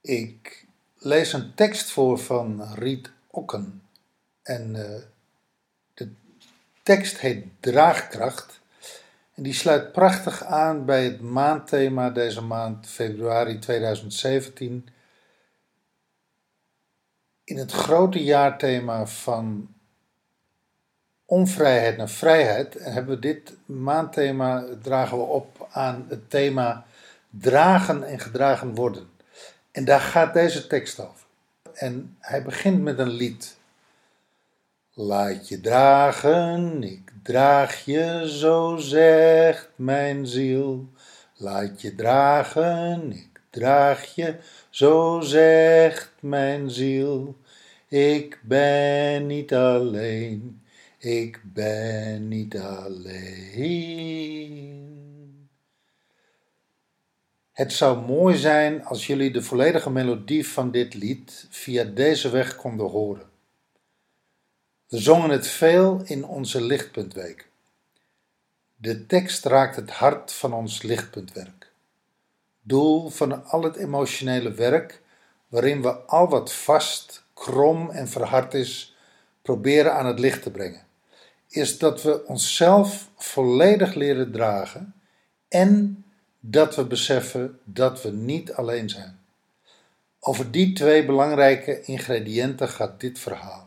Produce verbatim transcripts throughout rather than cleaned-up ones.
Ik lees een tekst voor van Riet Okken. En uh, de tekst heet Draagkracht. En die sluit prachtig aan bij het maandthema deze maand, februari tweeduizend zeventien. In het grote jaarthema van onvrijheid naar vrijheid. En hebben we dit maandthema, dragen we op aan het thema dragen en gedragen worden. En daar gaat deze tekst over. En hij begint met een lied. Laat je dragen, ik draag je, zo zegt mijn ziel. Laat je dragen, ik draag je, zo zegt mijn ziel. Ik ben niet alleen, ik ben niet alleen. Het zou mooi zijn als jullie de volledige melodie van dit lied via deze weg konden horen. We zongen het veel in onze Lichtpuntweek. De tekst raakt het hart van ons lichtpuntwerk. Doel van al het emotionele werk, waarin we al wat vast, krom en verhard is, proberen aan het licht te brengen, is dat we onszelf volledig leren dragen en dat we beseffen dat we niet alleen zijn. Over die twee belangrijke ingrediënten gaat dit verhaal.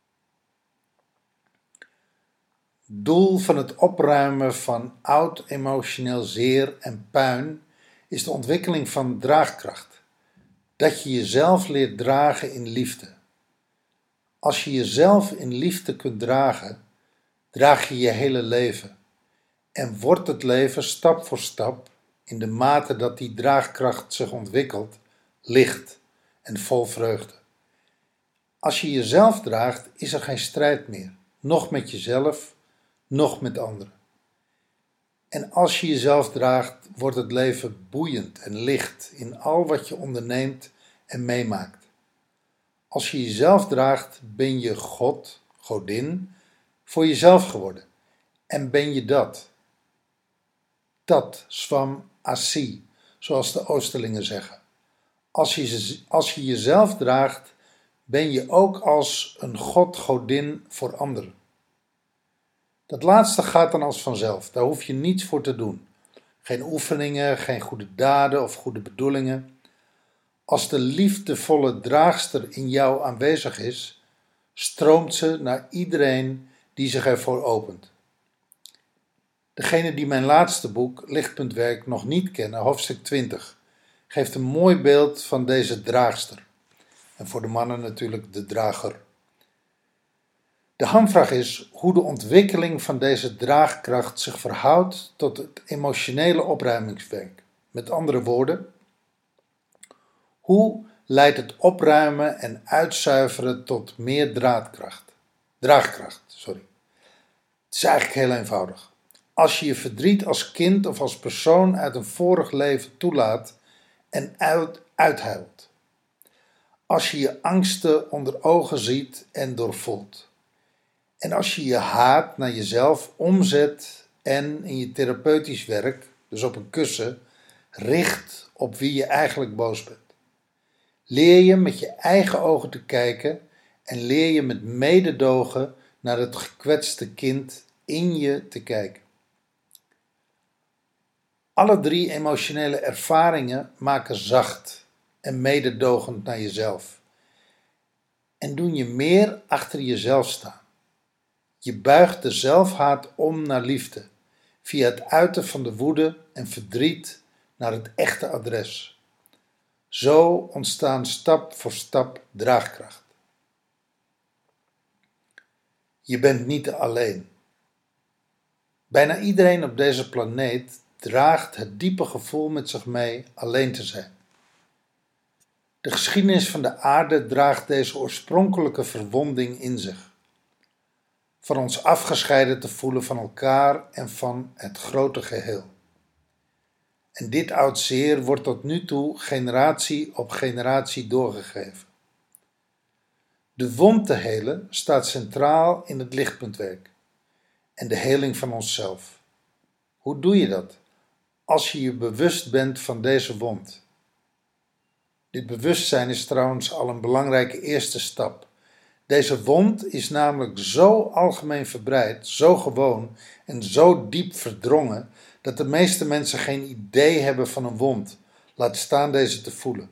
Doel van het opruimen van oud emotioneel zeer en puin is de ontwikkeling van draagkracht. Dat je jezelf leert dragen in liefde. Als je jezelf in liefde kunt dragen, draag je je hele leven. En wordt het leven stap voor stap, in de mate dat die draagkracht zich ontwikkelt, licht en vol vreugde. Als je jezelf draagt, is er geen strijd meer, noch met jezelf, noch met anderen. En als je jezelf draagt, wordt het leven boeiend en licht in al wat je onderneemt en meemaakt. Als je jezelf draagt, ben je God, godin, voor jezelf geworden. En ben je dat. Tat, swam, asi, zoals de Oosterlingen zeggen. Als je, als je jezelf draagt, ben je ook als een God, godin voor anderen. Dat laatste gaat dan als vanzelf, daar hoef je niets voor te doen. Geen oefeningen, geen goede daden of goede bedoelingen. Als de liefdevolle draagster in jou aanwezig is, stroomt ze naar iedereen die zich ervoor opent. Degene die mijn laatste boek, Lichtpuntwerk, nog niet kennen, hoofdstuk twintig, geeft een mooi beeld van deze draagster. En voor de mannen natuurlijk de drager. De hamvraag is hoe de ontwikkeling van deze draagkracht zich verhoudt tot het emotionele opruimingswerk. Met andere woorden, hoe leidt het opruimen en uitzuiveren tot meer draadkracht? Draagkracht, sorry. Het is eigenlijk heel eenvoudig. Als je je verdriet als kind of als persoon uit een vorig leven toelaat en uit, uithuilt. Als je je angsten onder ogen ziet en doorvoelt. En als je je haat naar jezelf omzet en in je therapeutisch werk, dus op een kussen, richt op wie je eigenlijk boos bent. Leer je met je eigen ogen te kijken en leer je met mededogen naar het gekwetste kind in je te kijken. Alle drie emotionele ervaringen maken zacht en mededogend naar jezelf. En doen je meer achter jezelf staan. Je buigt de zelfhaat om naar liefde, via het uiten van de woede en verdriet naar het echte adres. Zo ontstaan stap voor stap draagkracht. Je bent niet alleen. Bijna iedereen op deze planeet draagt het diepe gevoel met zich mee alleen te zijn. De geschiedenis van de aarde draagt deze oorspronkelijke verwonding in zich. Van ons afgescheiden te voelen van elkaar en van het grote geheel. En dit oud zeer wordt tot nu toe generatie op generatie doorgegeven. De wond te helen staat centraal in het lichtpuntwerk en de heling van onszelf. Hoe doe je dat? Als je je bewust bent van deze wond. Dit bewustzijn is trouwens al een belangrijke eerste stap. Deze wond is namelijk zo algemeen verbreid, zo gewoon en zo diep verdrongen, dat de meeste mensen geen idee hebben van een wond, laat staan deze te voelen.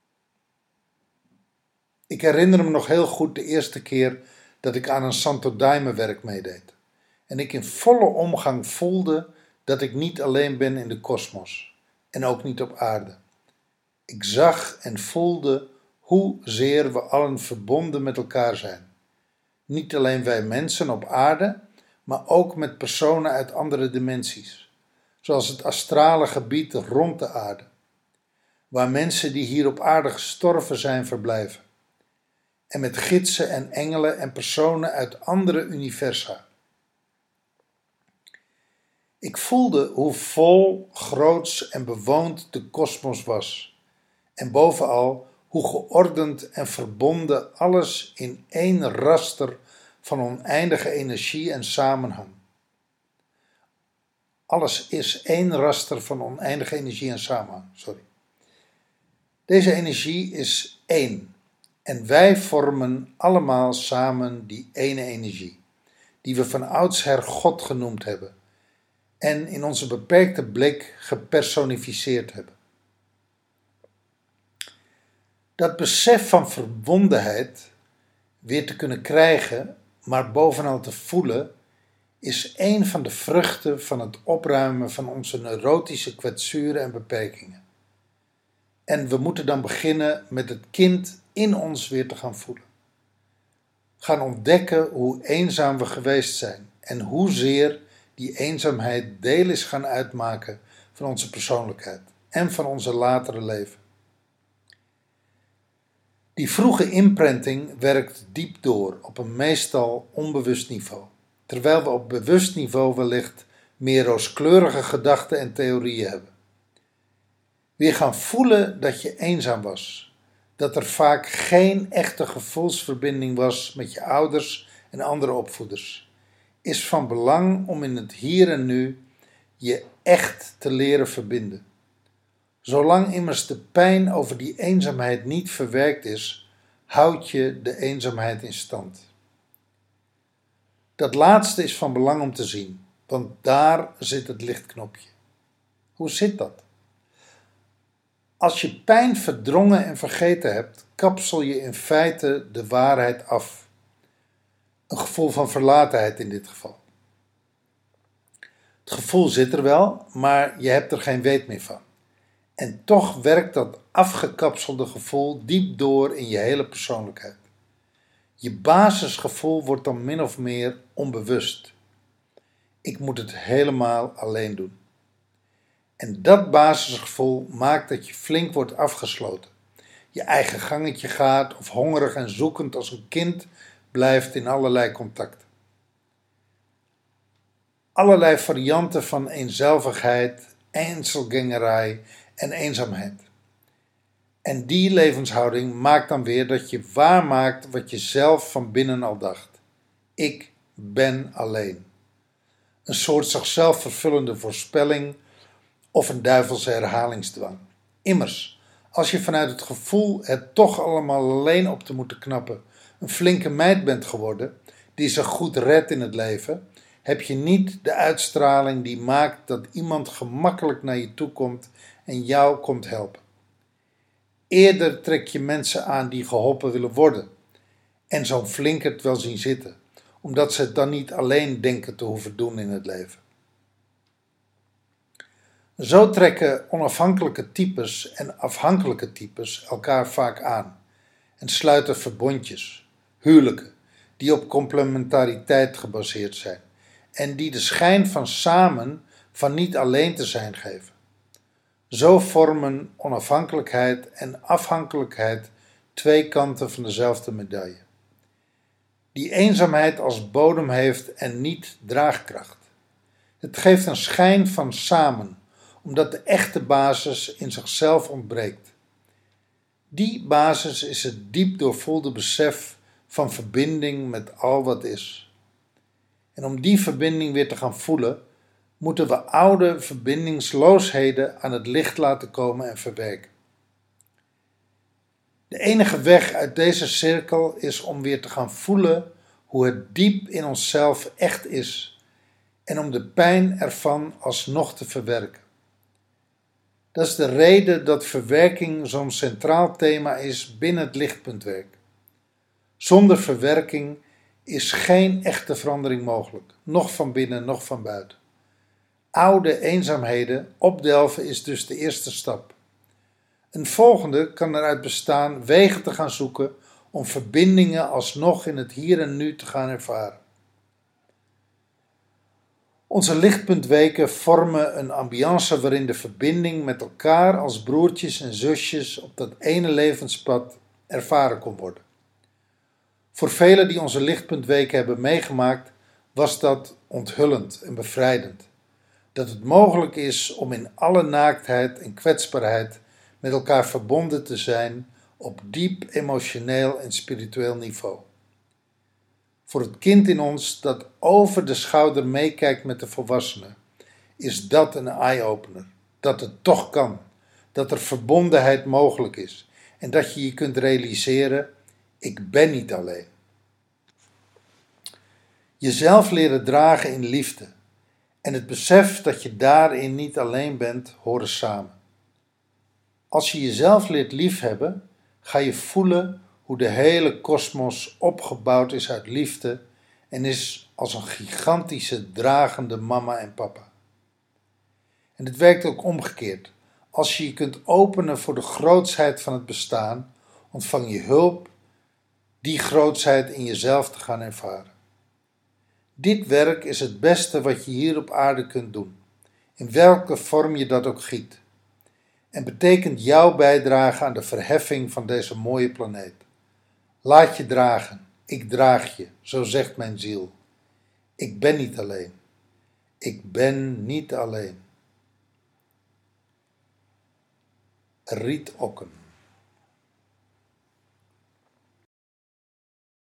Ik herinner me nog heel goed de eerste keer dat ik aan een Santo Daime werk meedeed. En ik in volle omgang voelde dat ik niet alleen ben in de kosmos en ook niet op aarde. Ik zag en voelde hoezeer we allen verbonden met elkaar zijn. Niet alleen wij mensen op aarde, maar ook met personen uit andere dimensies, zoals het astrale gebied rond de aarde, waar mensen die hier op aarde gestorven zijn verblijven, en met gidsen en engelen en personen uit andere universa. Ik voelde hoe vol, groots en bewoond de kosmos was, en bovenal hoe geordend en verbonden alles in één raster van oneindige energie en samenhang. Alles is één raster van oneindige energie en samenhang, sorry. Deze energie is één en wij vormen allemaal samen die ene energie, die we van oudsher God genoemd hebben en in onze beperkte blik gepersonificeerd hebben. Dat besef van verbondenheid weer te kunnen krijgen, maar bovenal te voelen, is een van de vruchten van het opruimen van onze neurotische kwetsuren en beperkingen. En we moeten dan beginnen met het kind in ons weer te gaan voelen. Gaan ontdekken hoe eenzaam we geweest zijn en hoezeer die eenzaamheid deel is gaan uitmaken van onze persoonlijkheid en van onze latere leven. Die vroege imprinting werkt diep door op een meestal onbewust niveau, terwijl we op bewust niveau wellicht meer rooskleurige gedachten en theorieën hebben. Weer gaan voelen dat je eenzaam was, dat er vaak geen echte gevoelsverbinding was met je ouders en andere opvoeders, is van belang om in het hier en nu je echt te leren verbinden. Zolang immers de pijn over die eenzaamheid niet verwerkt is, houd je de eenzaamheid in stand. Dat laatste is van belang om te zien, want daar zit het lichtknopje. Hoe zit dat? Als je pijn verdrongen en vergeten hebt, kapsel je in feite de waarheid af. Een gevoel van verlatenheid in dit geval. Het gevoel zit er wel, maar je hebt er geen weet meer van. En toch werkt dat afgekapselde gevoel diep door in je hele persoonlijkheid. Je basisgevoel wordt dan min of meer onbewust. Ik moet het helemaal alleen doen. En dat basisgevoel maakt dat je flink wordt afgesloten. Je eigen gangetje gaat of hongerig en zoekend als een kind blijft in allerlei contacten. Allerlei varianten van eenzelvigheid, eenzelgängerij en eenzaamheid. En die levenshouding maakt dan weer dat je waarmaakt wat je zelf van binnen al dacht. Ik ben alleen. Een soort zichzelf vervullende voorspelling of een duivelse herhalingsdwang. Immers, als je vanuit het gevoel het toch allemaal alleen op te moeten knappen een flinke meid bent geworden, die zich goed redt in het leven, heb je niet de uitstraling die maakt dat iemand gemakkelijk naar je toe komt en jou komt helpen. Eerder trek je mensen aan die geholpen willen worden en zo'n flink het wel zien zitten, omdat ze het dan niet alleen denken te hoeven doen in het leven. Zo trekken onafhankelijke types en afhankelijke types elkaar vaak aan en sluiten verbondjes, huwelijken, die op complementariteit gebaseerd zijn en die de schijn van samen, van niet alleen te zijn geven. Zo vormen onafhankelijkheid en afhankelijkheid twee kanten van dezelfde medaille. Die eenzaamheid als bodem heeft en niet draagkracht. Het geeft een schijn van samen, omdat de echte basis in zichzelf ontbreekt. Die basis is het diep doorvoelde besef van verbinding met al wat is. En om die verbinding weer te gaan voelen, moeten we oude verbindingsloosheden aan het licht laten komen en verwerken. De enige weg uit deze cirkel is om weer te gaan voelen hoe het diep in onszelf echt is en om de pijn ervan alsnog te verwerken. Dat is de reden dat verwerking zo'n centraal thema is binnen het lichtpuntwerk. Zonder verwerking is geen echte verandering mogelijk, noch van binnen, noch van buiten. Oude eenzaamheden opdelven is dus de eerste stap. Een volgende kan eruit bestaan wegen te gaan zoeken om verbindingen alsnog in het hier en nu te gaan ervaren. Onze lichtpuntweken vormen een ambiance waarin de verbinding met elkaar als broertjes en zusjes op dat ene levenspad ervaren kon worden. Voor velen die onze lichtpuntweken hebben meegemaakt, was dat onthullend en bevrijdend. Dat het mogelijk is om in alle naaktheid en kwetsbaarheid met elkaar verbonden te zijn op diep emotioneel en spiritueel niveau. Voor het kind in ons dat over de schouder meekijkt met de volwassenen, is dat een eye-opener. Dat het toch kan, dat er verbondenheid mogelijk is en dat je je kunt realiseren, ik ben niet alleen. Jezelf leren dragen in liefde en het besef dat je daarin niet alleen bent, horen samen. Als je jezelf leert liefhebben, ga je voelen hoe de hele kosmos opgebouwd is uit liefde en is als een gigantische dragende mama en papa. En het werkt ook omgekeerd. Als je je kunt openen voor de grootsheid van het bestaan, ontvang je hulp die grootsheid in jezelf te gaan ervaren. Dit werk is het beste wat je hier op aarde kunt doen, in welke vorm je dat ook giet. En betekent jouw bijdrage aan de verheffing van deze mooie planeet. Laat je dragen, ik draag je, zo zegt mijn ziel. Ik ben niet alleen. Ik ben niet alleen. Riet Okken.